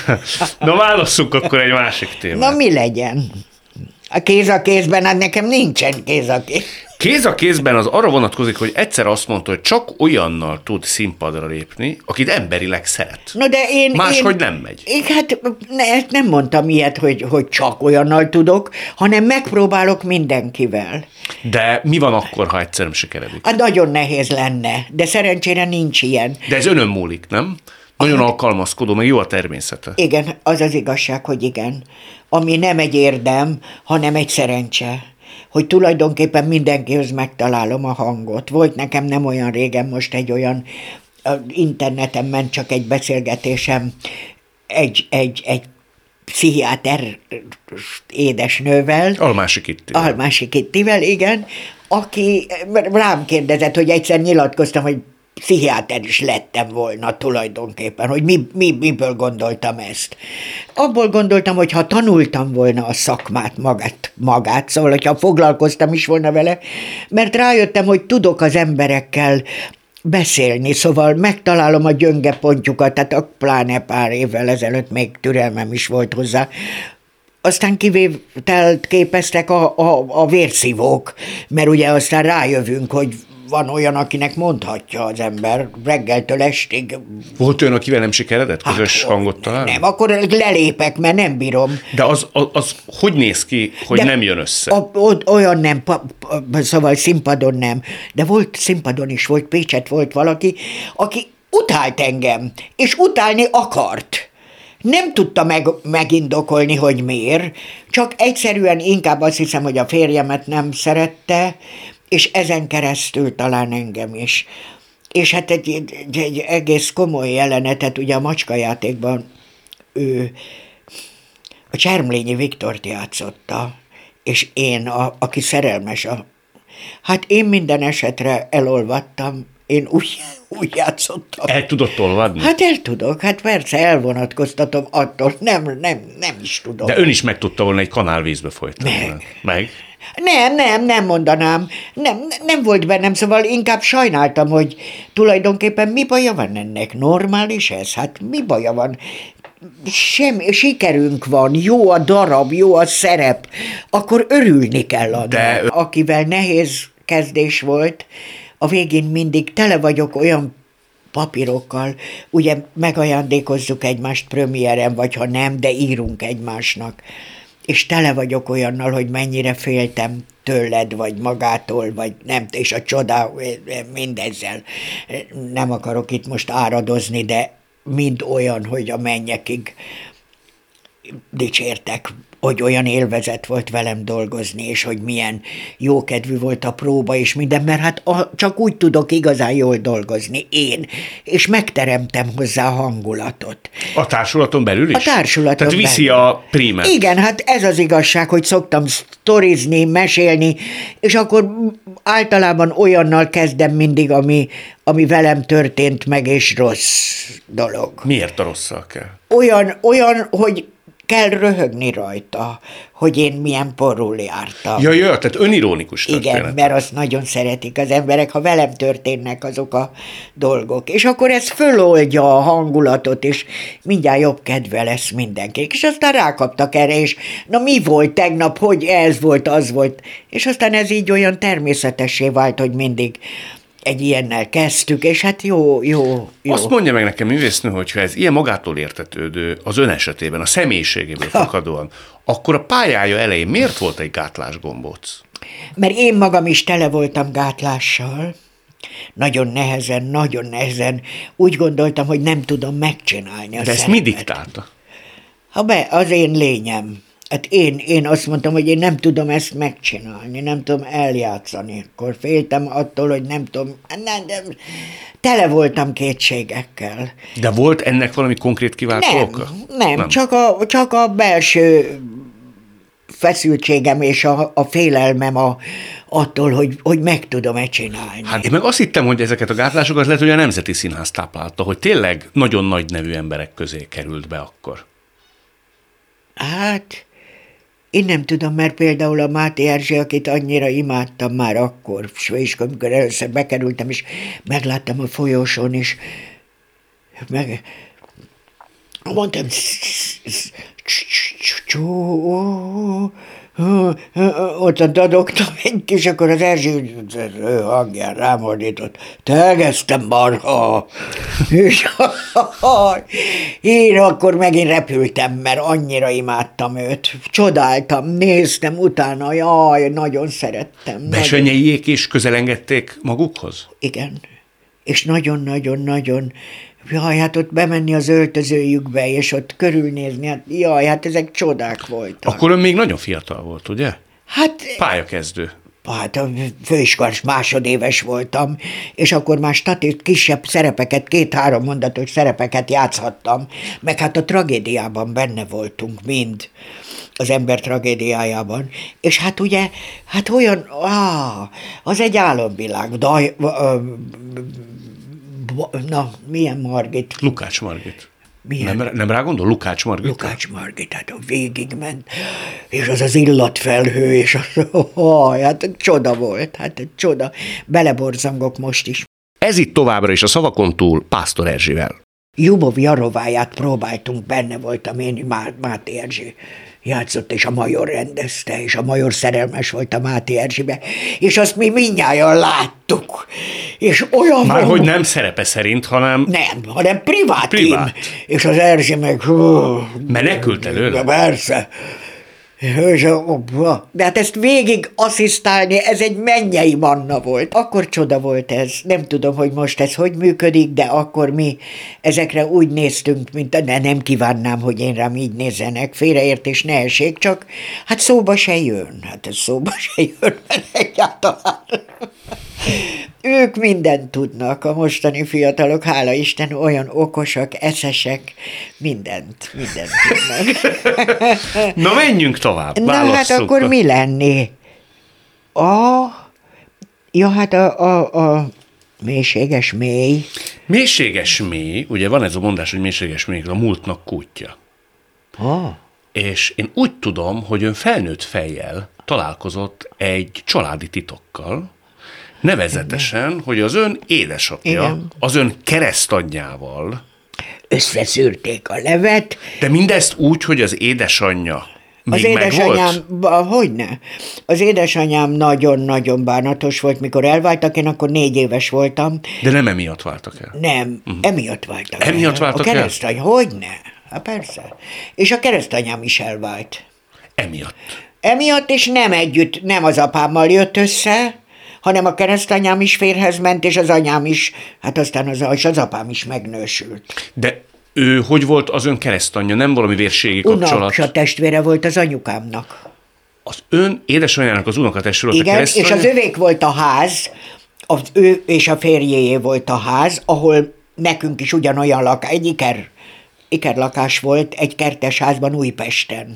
Na válasszunk akkor egy másik témát. Na mi legyen? A kéz a kézben, hát nekem nincsen kéz a kéz. Kéz a kézben az arra vonatkozik, hogy egyszer azt mondta, hogy csak olyannal tud színpadra lépni, akit emberileg szeret. No de én... Máshogy én, nem megy. Én, hát ne, nem mondtam ilyet, hogy, hogy csak olyannal tudok, hanem megpróbálok mindenkivel. De mi van akkor, ha egyszer nem sikeredik? Hát nagyon nehéz lenne, de szerencsére nincs ilyen. De ez önön múlik, nem? Nagyon hát, alkalmazkodó, meg jó a természete. Igen, az az igazság, hogy igen. Ami nem egy érdem, hanem egy szerencse. Hogy tulajdonképpen mindenkihez megtalálom a hangot. Volt nekem nem olyan régen most egy olyan, interneten ment csak egy beszélgetésem, egy, egy, egy pszichiáter édesnővel. Almási Kittivel. Almási Kittivel, igen. Aki rám kérdezett, hogy egyszer nyilatkoztam, hogy pszichiáter is lettem volna tulajdonképpen, hogy mi, mi, miből gondoltam ezt. Abból gondoltam, hogy ha tanultam volna a szakmát magát, magát, szóval, hogyha foglalkoztam is volna vele, mert rájöttem, hogy tudok az emberekkel beszélni, szóval megtalálom a gyönge pontjukat, tehát a pláne pár évvel ezelőtt még türelmem is volt hozzá. Aztán kivételt képeztek a, a, a vérszívók, mert ugye aztán rájövünk, hogy van olyan, akinek mondhatja az ember reggeltől estig. Volt olyan, akivel nem sikeredett? Közös hát, hangot találni? Nem, akkor lelépek, mert nem bírom. De az, az, az hogy néz ki, hogy de nem jön össze? A, olyan nem, pa, pa, szóval színpadon nem. De volt színpadon is, volt Pécset, volt valaki, aki utált engem, és utálni akart. Nem tudta meg, megindokolni, hogy miért, csak egyszerűen inkább azt hiszem, hogy a férjemet nem szerette, és ezen keresztül talán engem is. És hát egy, egy, egy egész komoly jelenetet, ugye a Macskajátékban ő a Csermlényi Viktort játszotta, és én, a, aki szerelmes, a, hát én minden esetre elolvadtam, én úgy, úgy játszottam. El tudott olvadni? Hát el tudok, hát persze elvonatkoztatom attól, nem, nem, nem is tudom. De ön is meg tudta volna egy kanálvízbe folytani. Meg. Meg? Nem, nem, nem mondanám. Nem, nem volt bennem, szóval inkább sajnáltam, hogy tulajdonképpen mi baja van ennek? Normális ez? Hát mi baja van? Semmi, sikerünk van, jó a darab, jó a szerep, akkor örülni kell annak. De... Akivel nehéz kezdés volt, a végén mindig tele vagyok olyan papírokkal, ugye megajándékozzuk egymást premiéren, vagy ha nem, de írunk egymásnak. És tele vagyok olyannal, hogy mennyire féltem tőled, vagy magától, vagy nem, és a csoda, mindezzel. Nem akarok itt most áradozni, de mind olyan, hogy a mennyekig dicsértek, hogy olyan élvezet volt velem dolgozni, és hogy milyen jókedvű volt a próba, és minden, mert hát a, csak úgy tudok igazán jól dolgozni, én, és megteremtem hozzá a hangulatot. A társulaton belül is? A társulaton Tehát viszi belül. a prímet. Igen, hát ez az igazság, hogy szoktam sztorizni, mesélni, és akkor általában olyannal kezdem mindig, ami, ami velem történt meg, és rossz dolog. Miért a rosszal kell? Olyan, olyan, hogy kell röhögni rajta, hogy én milyen porrul jártam. Ja, ja, tehát önironikus történet. Igen, mert azt nagyon szeretik az emberek, ha velem történnek azok a dolgok. És akkor ez föloldja a hangulatot, és mindjárt jobb kedve lesz mindenkinek. És aztán rákaptak erre, és na mi volt tegnap, hogy ez volt, az volt. És aztán ez így olyan természetessé vált, hogy mindig egy ilyennel kezdtük, és hát jó, jó, jó. Azt mondja meg nekem, művésznő, hogyha ez ilyen magától értetődő az ön esetében, a személyiségéből fakadóan, akkor a pályája elején miért volt egy gátlásgombóc? Mert én magam is tele voltam gátlással, nagyon nehezen, nagyon nehezen. Úgy gondoltam, hogy nem tudom megcsinálni a De ezt szerepet. mi diktálta? Ha be, az én lényem. Hát én, én azt mondtam, hogy én nem tudom ezt megcsinálni, nem tudom eljátszani. Akkor féltem attól, hogy nem tudom, nem, nem, tele voltam kétségekkel. De volt ennek valami konkrét kiváltó Nem, oka? nem, nem. Csak, a, csak a belső feszültségem és a, a félelmem a, attól, hogy, hogy meg tudom-e csinálni. Hát én meg azt hittem, hogy ezeket a gátlásokat lehet, hogy a Nemzeti Színház táplálta, hogy tényleg nagyon nagy nevű emberek közé került be akkor. Hát, én nem tudom, mert például a Máté Erzsé, akit annyira imádtam már akkor, és amikor először bekerültem, és megláttam a folyosón, és meg mondtam, ott dadogtam egy kis, akkor az Erzsé hangján rámordított, te egeztem marha. És én akkor megint repültem, mert annyira imádtam őt. Csodáltam, néztem utána, jaj, nagyon szerettem. Besönyeiék és közelengedték magukhoz? Igen. És nagyon-nagyon-nagyon, jaj, hát ott bemenni az öltözőjükbe, és ott körülnézni, hát jaj, hát ezek csodák voltak. Akkor ön még nagyon fiatal volt, ugye? Hát... Pályakezdő. Hát a főiskolás másodéves voltam, és akkor már statív kisebb szerepeket, két-három mondatos szerepeket játszhattam, meg hát a tragédiában benne voltunk mind, az ember tragédiájában, és hát ugye, hát olyan, á, az egy álomvilág, Daj, na, milyen Margit? Lukács Margit. Milyen? Nem, nem rá gondol? Lukács Margit? Lukács Margit, hát végigment, és az az illatfelhő, és az, oh, hát csoda volt, hát csoda. Beleborzongok most is. Ez itt továbbra is a Szavakon túl Pásztor Erzsével. Jubov Jarováját próbáltunk, benne voltam én, Má- Máté Erzsé játszott, és a Major rendezte, és a Major szerelmes volt a Máté Erzsébe, és azt mi mindnyájan láttuk. És olyan Már volt, hogy nem szerepe szerint, hanem... nem, hanem privátim. Privát. És az Erzsé meg... Hú, Menekült előle? Persze. De hát ezt végig asszisztálni, ez egy mennyei manna volt. Akkor csoda volt ez. Nem tudom, hogy most ez hogy működik, de akkor mi ezekre úgy néztünk, mint de nem kívánnám, hogy én rám így nézzenek. Félreértés ne essék, csak hát szóba se jön. Hát ez szóba se jön, mert egyáltalán. Ők mindent tudnak, a mostani fiatalok, hála Isten, olyan okosak, eszesek, mindent, mindent tudnak. Na, menjünk tovább, Na hát akkor mi lenni? A... Ja, hát a, a, a mélységes mély. Mélységes mély, ugye van ez a mondás, hogy mélységes mély, a múltnak kútja. Ah. És én úgy tudom, hogy ön felnőtt fejjel találkozott egy családi titokkal, nevezetesen, hogy az ön édesapja, Igen. az ön keresztanyjával, Összeszűrték a levet. de mindezt úgy, hogy az édesanyja Még az édesanyám, megvolt? hogyne. Az édesanyám nagyon-nagyon bánatos volt, mikor elváltak, én akkor négy éves voltam. De nem emiatt váltak el? Nem, uh-huh. emiatt váltak Emiatt el. váltak a el? keresztanyám, hogyne. Hát persze. És a keresztanyám is elvált. Emiatt. Emiatt, és nem együtt, nem az apámmal jött össze, hanem a keresztanyám is férhez ment, és az anyám is, hát aztán az, és az apám is megnősült. De ő hogy volt az ön keresztanyja? Nem valami vérségi kapcsolat? Unoksa testvére volt az anyukámnak. Az ön édesanyjának az unokatestvére volt a Igen, keresztanyja? és az övék volt a ház, az ő és a férjéjé volt a ház, ahol nekünk is ugyanolyan lakás, egy iker, ikerlakás volt, egy kertes házban Újpesten.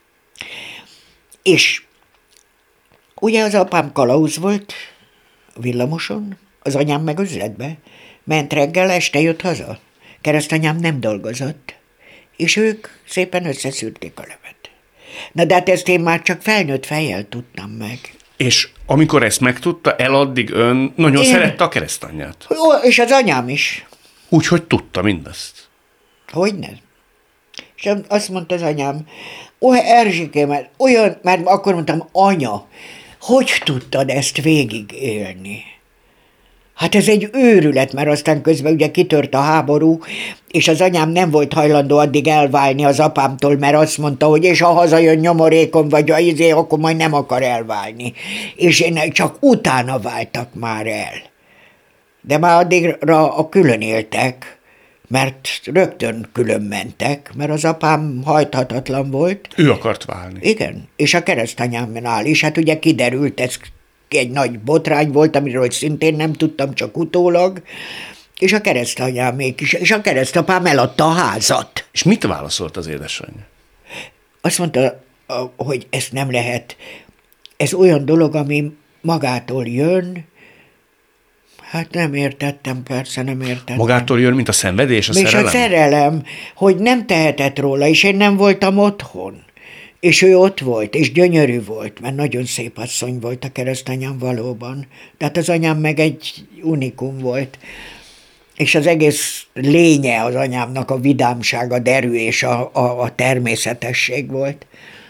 És ugye az apám kalauz volt villamoson, az anyám meg üzletbe. Ment reggel, este jött haza. Keresztanyám nem dolgozott, és ők szépen összeszűrték a levet. Na de hát ezt én már csak felnőtt fejjel tudtam meg. És amikor ezt megtudta, eladdig ön nagyon Én... szerette a keresztanyját? Ó, és az anyám is. Úgyhogy tudta mindezt. Hogyne? És azt mondta az anyám, ó, Erzsikém, mert olyan, mert akkor mondtam, anya, hogy tudtad ezt végigélni? Hát ez egy őrület, mert aztán közben ugye kitört a háború, és az anyám nem volt hajlandó addig elválni az apámtól, mert azt mondta, hogy és ha hazajön nyomorékon, vagy a izé, akkor majd nem akar elválni. És én csak utána váltak már el. De már addigra a külön éltek, mert rögtön külön mentek, mert az apám hajthatatlan volt. Ő akart válni. Igen, és a keresztanyámnál is, hát ugye kiderült, ez egy nagy botrány volt, amiről szintén nem tudtam, csak utólag, és a keresztanyámék is, és a keresztapám eladta a házat. És mit válaszolt az édesanyja? Azt mondta, hogy ezt nem lehet, ez olyan dolog, ami magától jön. Hát nem értettem, persze nem értettem. Magától jön, mint a szenvedés, a és szerelem? És a szerelem, hogy nem tehetett róla, és én nem voltam otthon. És ő ott volt, és gyönyörű volt, mert nagyon szép asszony volt a keresztanyám valóban. Tehát az anyám meg egy unikum volt. És az egész lénye az anyámnak a vidámság, a derű és a, a, a természetesség volt.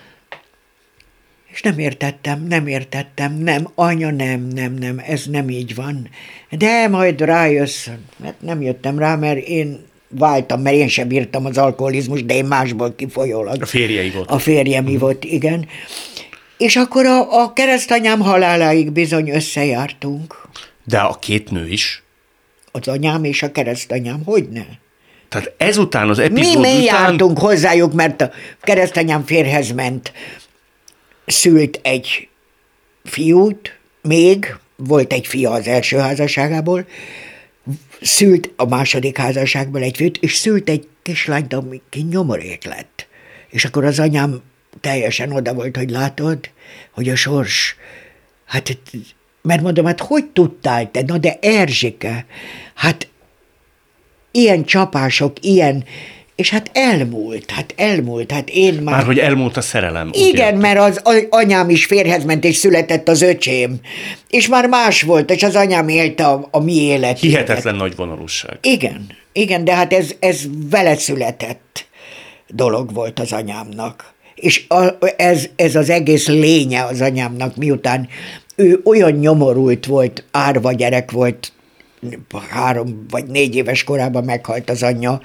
És nem értettem, nem értettem, nem, anya, nem, nem, nem, ez nem így van. De majd rájössz, mert nem jöttem rá, mert én váltam, mert én sem bírtam az alkoholizmus, de én másból kifolyólag. A férjei volt. A férjem uh-huh. volt, igen. És akkor a, a keresztanyám haláláig bizony összejártunk. De a két nő is? Az anyám és a keresztanyám, hogyne? Tehát ezután az epizód mi, mi után... jártunk hozzájuk, mert a keresztanyám férhez ment, szült egy fiút, még volt egy fia az első házasságából, szült a második házasságból egy fiút, és szült egy kislányt, ami nyomorék lett. És akkor az anyám teljesen oda volt, hogy látod, hogy a sors, hát, mert mondom, hát hogy tudtál te? Na de Erzsike, hát ilyen csapások, ilyen, és hát elmúlt, hát elmúlt, hát én már... Már hogy elmúlt a szerelem. Igen, mert az anyám is férhez ment, és született az öcsém, és már más volt, és az anyám élte a, a mi életünket. Hihetetlen nagy vonalúság. Igen, igen, de hát ez, ez vele született dolog volt az anyámnak. És a, ez, ez az egész lénye az anyámnak, miután ő olyan nyomorult volt, árva gyerek volt, három vagy négy éves korában meghalt az anyja,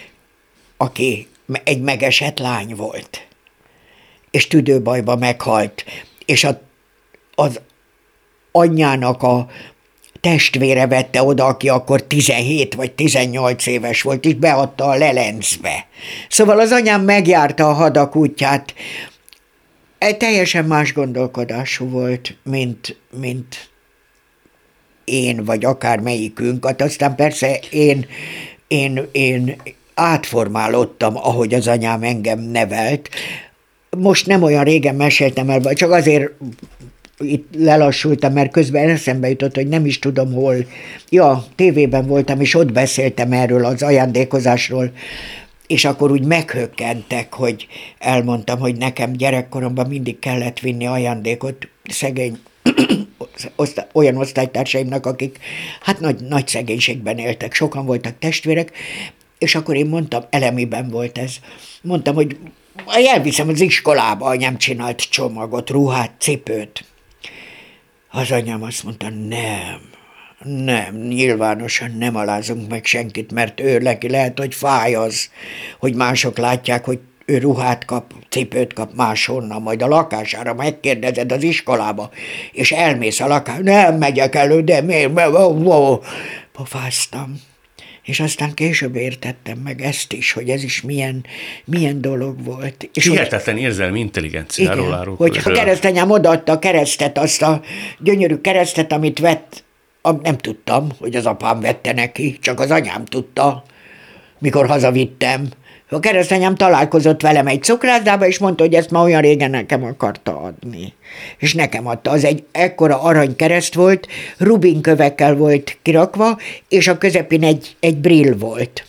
aki egy megesett lány volt, és tüdőbajba meghalt, és a, az anyjának a testvére vette oda, aki akkor tizenhét vagy tizennyolc éves volt, és beadta a Lelencbe. Szóval az anyám megjárta a hadak útját. Egy teljesen más gondolkodású volt, mint, mint én, vagy akármelyikünk. Hát aztán persze én, én, én átformálódtam, ahogy az anyám engem nevelt. Most nem olyan régen meséltem el, vagy csak azért itt lelassultam, mert közben eszembe jutott, hogy nem is tudom hol. Ja, tévében voltam, és ott beszéltem erről az ajándékozásról, és akkor úgy meghökkentek, hogy elmondtam, hogy nekem gyerekkoromban mindig kellett vinni ajándékot szegény olyan osztálytársaimnak, akik hát nagy, nagy szegénységben éltek, sokan voltak testvérek, és akkor én mondtam, elemiben volt ez, mondtam, hogy elviszem az iskolába, anyám csinált csomagot, ruhát, cipőt. Az anyám azt mondta, nem, nem, nyilvánosan nem alázunk meg senkit, mert ő neki lehet, hogy fáj az, hogy mások látják, hogy ő ruhát kap, cipőt kap máshonnan, majd a lakására megkérdezed az iskolába, és elmész a lakásra, nem megyek elő, de miért? Pofáztam. És aztán később értettem meg ezt is, hogy ez is milyen, milyen dolog volt. És hihetetlen érzelmi intelligenciáról árul. Hogy a keresztanyám odaadta a keresztet, azt a gyönyörű keresztet, amit vett, nem tudtam, hogy az apám vette neki, csak az anyám tudta, mikor hazavittem. A keresztanyám találkozott velem egy cukrászdába, és mondta, hogy ezt ma olyan régen nekem akarta adni. És nekem adta. Az egy ekkora aranykereszt volt, rubinkövekkel volt kirakva, és a közepén egy, egy brill volt.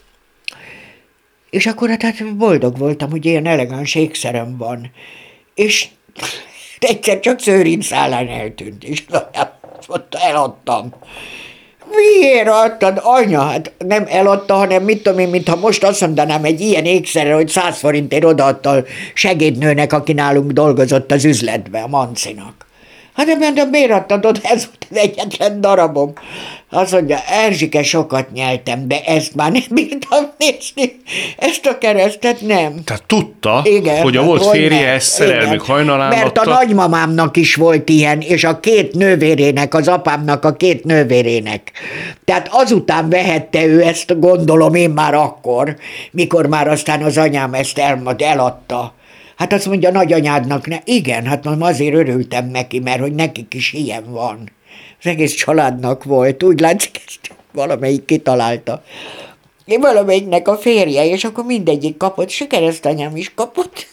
És akkor hát boldog voltam, hogy ilyen elegáns ékszerem van. És egyszer csak szőrinszálán eltűnt, és ott eladtam. Miért adtad, anya? Hát nem eladta, hanem mit tudom én, mintha most azt mondanám egy ilyen ékszerre, hogy száz forintért odaadta a segédnőnek, aki nálunk dolgozott az üzletbe, a Mancinak. Hát de mondom, miért adtad oda? Ez volt az egyetlen darabom. Azt mondja, Erzsike, sokat nyeltem, de ezt már nem bírtam nézni. Ezt a keresztet nem. Tehát tudta, igen, hogy a volt férje ezt szerelmük hajnalán mert adta. a nagymamámnak is volt ilyen, és a két nővérének, az apámnak a két nővérének. Tehát azután vehette ő ezt, gondolom én már akkor, mikor már aztán az anyám ezt el, eladta. Hát azt mondja, nagyanyádnak, ne. Igen, hát már azért örültem neki, mert hogy nekik is ilyen van. Az egész családnak volt, úgy látszik, ezt valamelyik kitalálta. Én valamelyiknek a férje, és akkor mindegyik kapott, és a keresztanyám is kapott.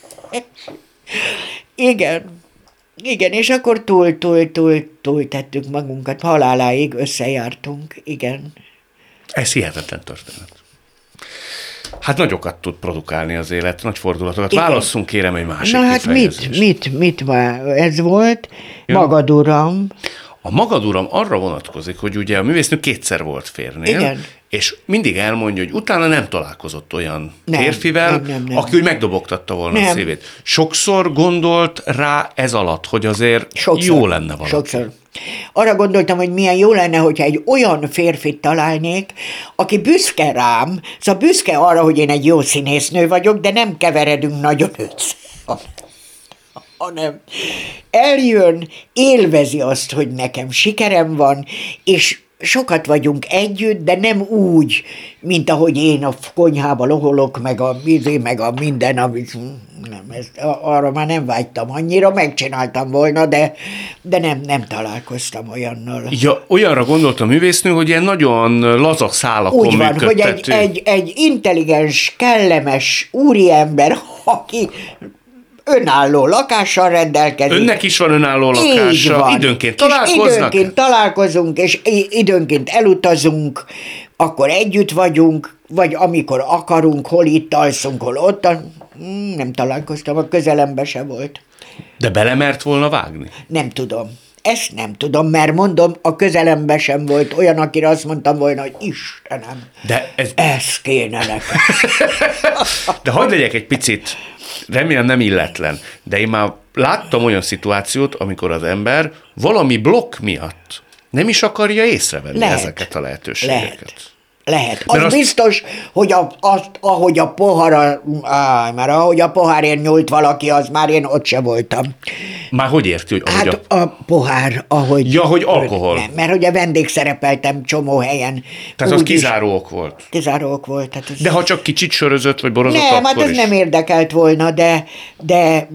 Igen, igen, és akkor túl, túl, túl, túl tettük magunkat, haláláig összejártunk, igen. Ez hihetetlen történet. Hát nagyokat tud produkálni az élet, nagy fordulatokat. Igen. Válasszunk kérem egy másik Na hát mit, mit, mit ez volt? Ja. Magad uram. A Magad uram arra vonatkozik, hogy ugye a művésznő kétszer volt férnél, igen. És mindig elmondja, hogy utána nem találkozott olyan nem, férfivel, nem, nem, nem. aki úgy megdobogtatta volna nem. a szívét. Sokszor gondolt rá ez alatt, hogy azért sokszor, jó lenne valaki. Sokszor. Arra gondoltam, hogy milyen jó lenne, hogyha egy olyan férfit találnék, aki büszke rám, szóval büszke arra, hogy én egy jó színésznő vagyok, de nem keveredünk nagyon össze. Hanem eljön, élvezi azt, hogy nekem sikerem van, és sokat vagyunk együtt, de nem úgy, mint ahogy én a konyhába loholok, meg a vízé, meg a minden, amit nem, ezt, arra már nem vágytam annyira, megcsináltam volna, de, de nem, nem találkoztam olyannal. Ja, olyanra gondoltam művésznő, hogy ilyen nagyon lazak szálakon úgy van, hogy egy, egy, egy intelligens, kellemes úriember, aki önálló lakással rendelkezik. Önnek is van önálló lakása, időnként találkoznak? És időnként találkozunk, és időnként elutazunk, akkor együtt vagyunk, vagy amikor akarunk, hol itt alszunk, hol ott, nem találkoztam, a közelembe se volt. De belemert volna vágni? Nem tudom. Ezt nem tudom, mert mondom, a közelemben sem volt olyan, akire azt mondtam volna, hogy Istenem, de ez, ez kéne nekem. De hagyd legyek egy picit, remélem nem illetlen, de én már láttam olyan szituációt, amikor az ember valami blokk miatt nem is akarja észrevenni lehet, ezeket a lehetőségeket. Lehet. Lehet. Az azt... biztos, hogy a, azt, ahogy a pohara, áj, mert ahogy a pohárért nyúlt valaki, az már én ott se voltam. Már hogy érti, hogy hát a... a pohár, ahogy... Ja, hogy alkohol. Nem, mert ugye vendégszerepeltem csomó helyen. Tehát az kizáró ok volt. Kizáró ok volt. Tehát az... De ha csak kicsit sörözött, vagy borozott, nem, akkor hát ez is. nem érdekelt volna, de, de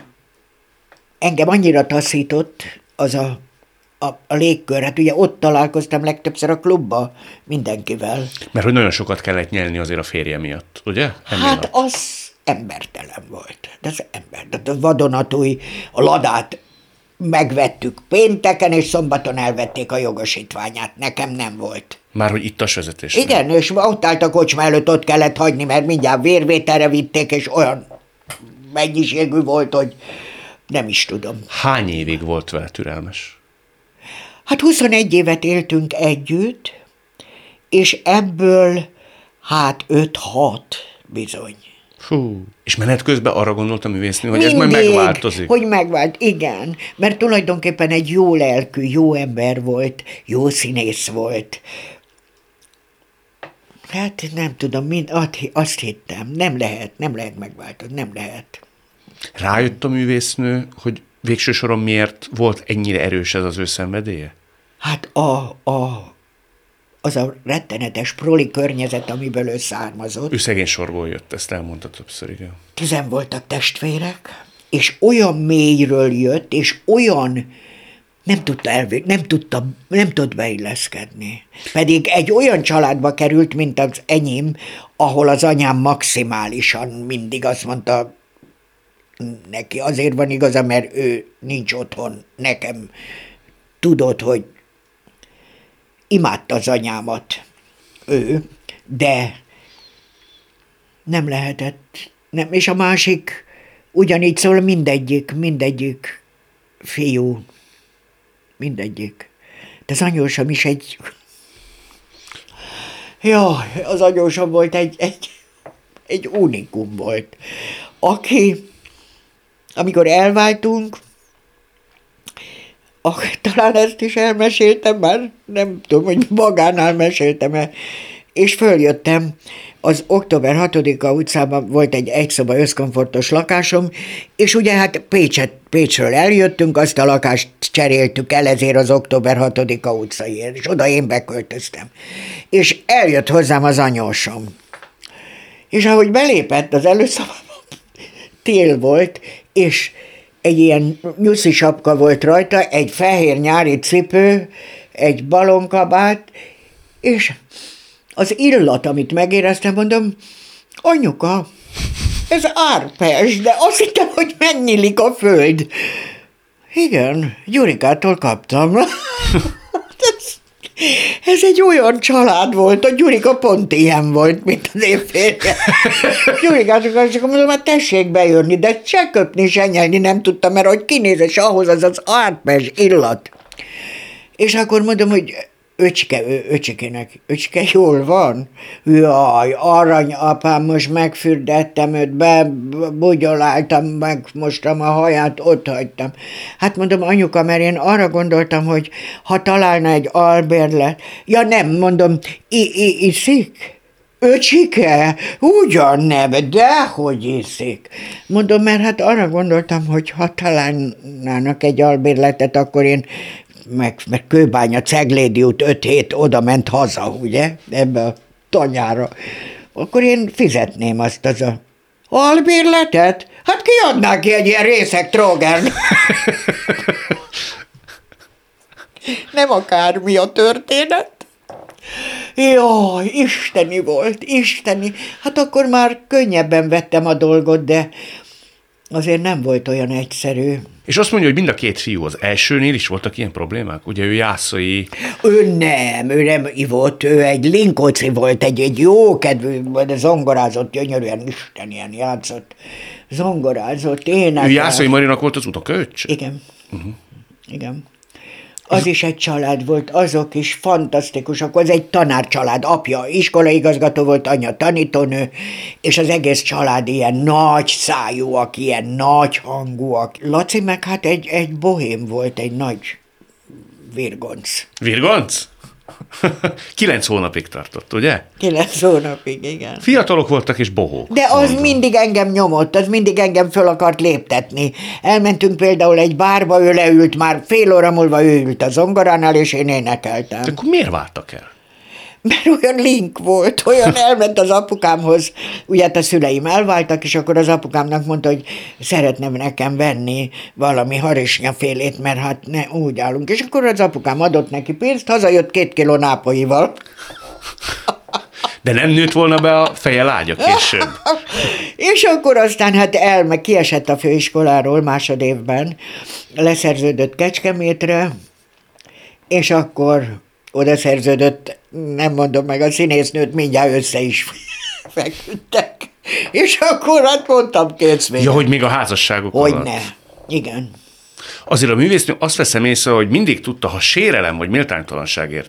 engem annyira taszított az a A, a légkör, hát ugye ott találkoztam legtöbbször a klubba mindenkivel. Mert hogy nagyon sokat kellett nyelni azért a férje miatt, ugye? Emiatt. Hát az embertelen volt. De az ember, de a vadonatúj, a ladát megvettük pénteken, és szombaton elvették a jogosítványát. Nekem nem volt. Már hogy ittas vezetés. Igen, és ott állt a kocsma előtt, ott kellett hagyni, mert mindjárt vérvételre vitték, és olyan mennyiségű volt, hogy nem is tudom. Hány évig volt vele türelmes? Hát huszonegy évet éltünk együtt, és ebből hát öt-hat bizony. Hú. És menet közben arra gondolt a művésznő, hogy Mindig, ez majd megváltozik. hogy megvált, igen. Mert tulajdonképpen egy jó lelkű, jó ember volt, jó színész volt. Hát nem tudom, mind, azt hittem, nem lehet, nem lehet megváltozni, nem lehet. Rájött a művésznő, hogy végső soron miért volt ennyire erős ez az ő szenvedélye? Hát a, a, az a rettenetes proli környezet, amiből ő származott. Ő szegény sorból jött, ezt elmondta többször, igen. Tizen voltak testvérek, és olyan mélyről jött, és olyan nem tudta elvég, nem tudta, nem tudott beilleszkedni. Pedig egy olyan családba került, mint az enyém, ahol az anyám maximálisan mindig azt mondta neki, azért van igaza, mert ő nincs otthon, nekem tudod, hogy imádta az anyámat ő, de nem lehetett, nem, és a másik ugyanígy szól, mindegyik, mindegyik fiú, mindegyik. De az anyósom is egy... Jaj, az anyósom volt egy, egy, egy unikum volt, aki, amikor elváltunk, ah, talán ezt is elmeséltem már, nem tudom, hogy magánál meséltem-e, és följöttem, az október hatodika utcában volt egy egyszoba összkomfortos lakásom, és ugye hát Pécset, Pécsről eljöttünk, azt a lakást cseréltük el ezért az október hatodika utcaiért, és oda én beköltöztem. És eljött hozzám az anyósom. És ahogy belépett az előszobában, tél volt, és egy ilyen nyuszi sapka volt rajta, egy fehér nyári cipő, egy balonkabát, és az illat, amit megéreztem, mondom, anyuka, ez árpes, de azt hittem, hogy megnyílik a föld. Igen, Gyurikától kaptam. ez, ez egy olyan család volt, a Gyurika pont ilyen volt, mint az én férjem. Gyurikától csak mondom, hát tessék bejönni, de se köpni, se nyelni nem tudtam, mert hogy kinéz, és ahhoz az az árpes illat. És akkor mondom, hogy öcske, öcsikének, öcske, jól van? Jaj, arany apám, most megfürdettem őt, bebugyoláltam, megmostam a haját, ott hagytam. Hát mondom, anyuka, mert én arra gondoltam, hogy ha találna egy albérlet, ja nem, mondom, i- i- iszik? Öcsike? Ugyan nem, dehogy iszik. Mondom, mert hát arra gondoltam, hogy ha találnának egy albérletet, akkor én meg, meg Kőbánya, Ceglédi út öt hét oda ment haza, ugye, ebbe a tanyára. Akkor én fizetném azt az a albérletet? Hát kiadnák ki egy ilyen részeg trógert. Nem akármi a történet. Jaj, isteni volt, isteni. Hát akkor már könnyebben vettem a dolgot, de azért nem volt olyan egyszerű. És azt mondja, hogy mind a két fiú, az elsőnél is voltak ilyen problémák? Ugye ő jászai... Ő nem, ő nem ivott, ő egy Linkoci volt, egy, egy jó kedvű, de zongorázott, gyönyörűen, Isten ilyen játszott. Zongorázott, énekel. Ő Jászai Marinak volt az unokaöccse? Igen, uh-huh. Igen. Az is egy család volt, azok is fantasztikusak. Az egy tanárcsalád, apja iskolaigazgató volt, anya tanítónő, és az egész család ilyen nagy szájúak, ilyen nagy hangúak. Laci meg hát egy, egy bohém volt, egy nagy virgonc. Virgonc? Kilenc hónapig tartott, ugye? Kilenc hónapig, igen. Fiatalok voltak és bohók. De az mondom. mindig engem nyomott, az mindig engem föl akart léptetni. Elmentünk például egy bárba, ő leült, már fél óra múlva ő ült a zongoránál, és én énekeltem. De akkor miért váltak el? Mert olyan link volt, olyan elment az apukámhoz, ugye hát a szüleim elváltak, és akkor az apukámnak mondta, hogy szeretném nekem venni valami harisnyafélét, mert hát ne, úgy állunk. És akkor az apukám adott neki pénzt, hazajött két kiló nápolyival. De nem nőtt volna be a feje lágya később? És akkor aztán hát el, meg kiesett a főiskoláról másodévben, leszerződött Kecskemétre, és akkor oda szerződött, nem mondom meg, a színésznőt mindjárt össze is feküdtek. És akkor hát mondtam készvégre. Ja, hogy még a házasságok Hogy alatt. ne. Igen. Azért a művésznő azt veszem észre, hogy mindig tudta, ha sérelem vagy méltánytalanság érte,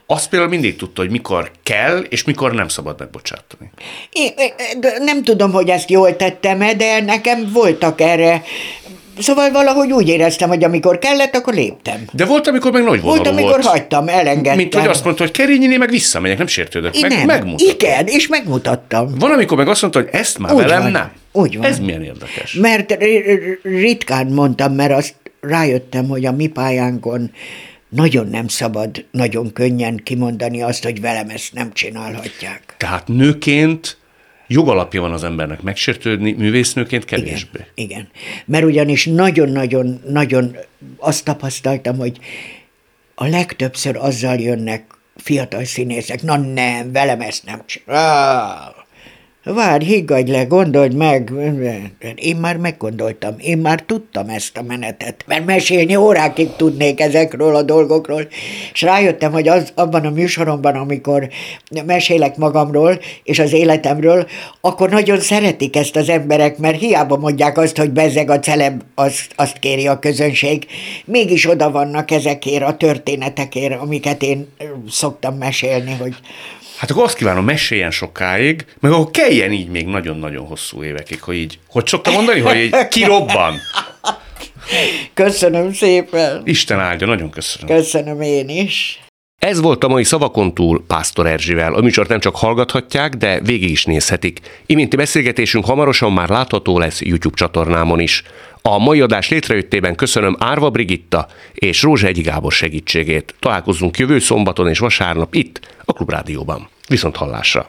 azt például mindig tudta, hogy mikor kell, és mikor nem szabad megbocsátani. Én, nem tudom, hogy ezt jól tettem-e, de nekem voltak erre. Szóval valahogy úgy éreztem, hogy amikor kellett, akkor léptem. De volt, amikor meg nagy vonalú volt. Volt, amikor hagytam, elengedtem. Mint hogy azt mondta, hogy Kerényi, meg visszamegyek, nem sértődök. Meg, nem, megmutattam. igen, és megmutattam. Van, amikor meg azt mondta, hogy ezt már úgy velem van, nem. Úgy van. Ez milyen érdekes. Mert ritkán mondtam, mert azt rájöttem, hogy a mi pályánkon nagyon nem szabad, nagyon könnyen kimondani azt, hogy velem ezt nem csinálhatják. Tehát nőként jogalapja van az embernek megsértődni, művésznőként kevésbé. Igen, igen. Mert ugyanis nagyon-nagyon nagyon azt tapasztaltam, hogy a legtöbbször azzal jönnek fiatal színészek, na nem, velem ezt nem csinál. Várj, higgadj le, gondold meg. Én már meggondoltam, én már tudtam ezt a menetet, mert mesélni órákig tudnék ezekről a dolgokról, és rájöttem, hogy az, abban a műsoromban, amikor mesélek magamról és az életemről, akkor nagyon szeretik ezt az emberek, mert hiába mondják azt, hogy bezzeg a celeb, azt, azt kéri a közönség, mégis oda vannak ezekért a történetekért, amiket én szoktam mesélni, hogy hát akkor azt kívánom, meséljen sokáig, meg akkor kelljen így még nagyon-nagyon hosszú évekig, hogy így, hogy szoktam mondani, hogy így kirobban. Köszönöm szépen. Isten áldja, nagyon köszönöm. Köszönöm én is. Ez volt a mai Szavakon túl Pásztor Erzsivel. A műsort nem csak hallgathatják, de végig is nézhetik. Iménti beszélgetésünk hamarosan már látható lesz YouTube csatornámon is. A mai adás létrejöttében köszönöm Árva Brigitta és Rózsahegyi Gábor segítségét. Találkozzunk jövő szombaton és vasárnap itt, a Klubrádióban. Viszont hallásra!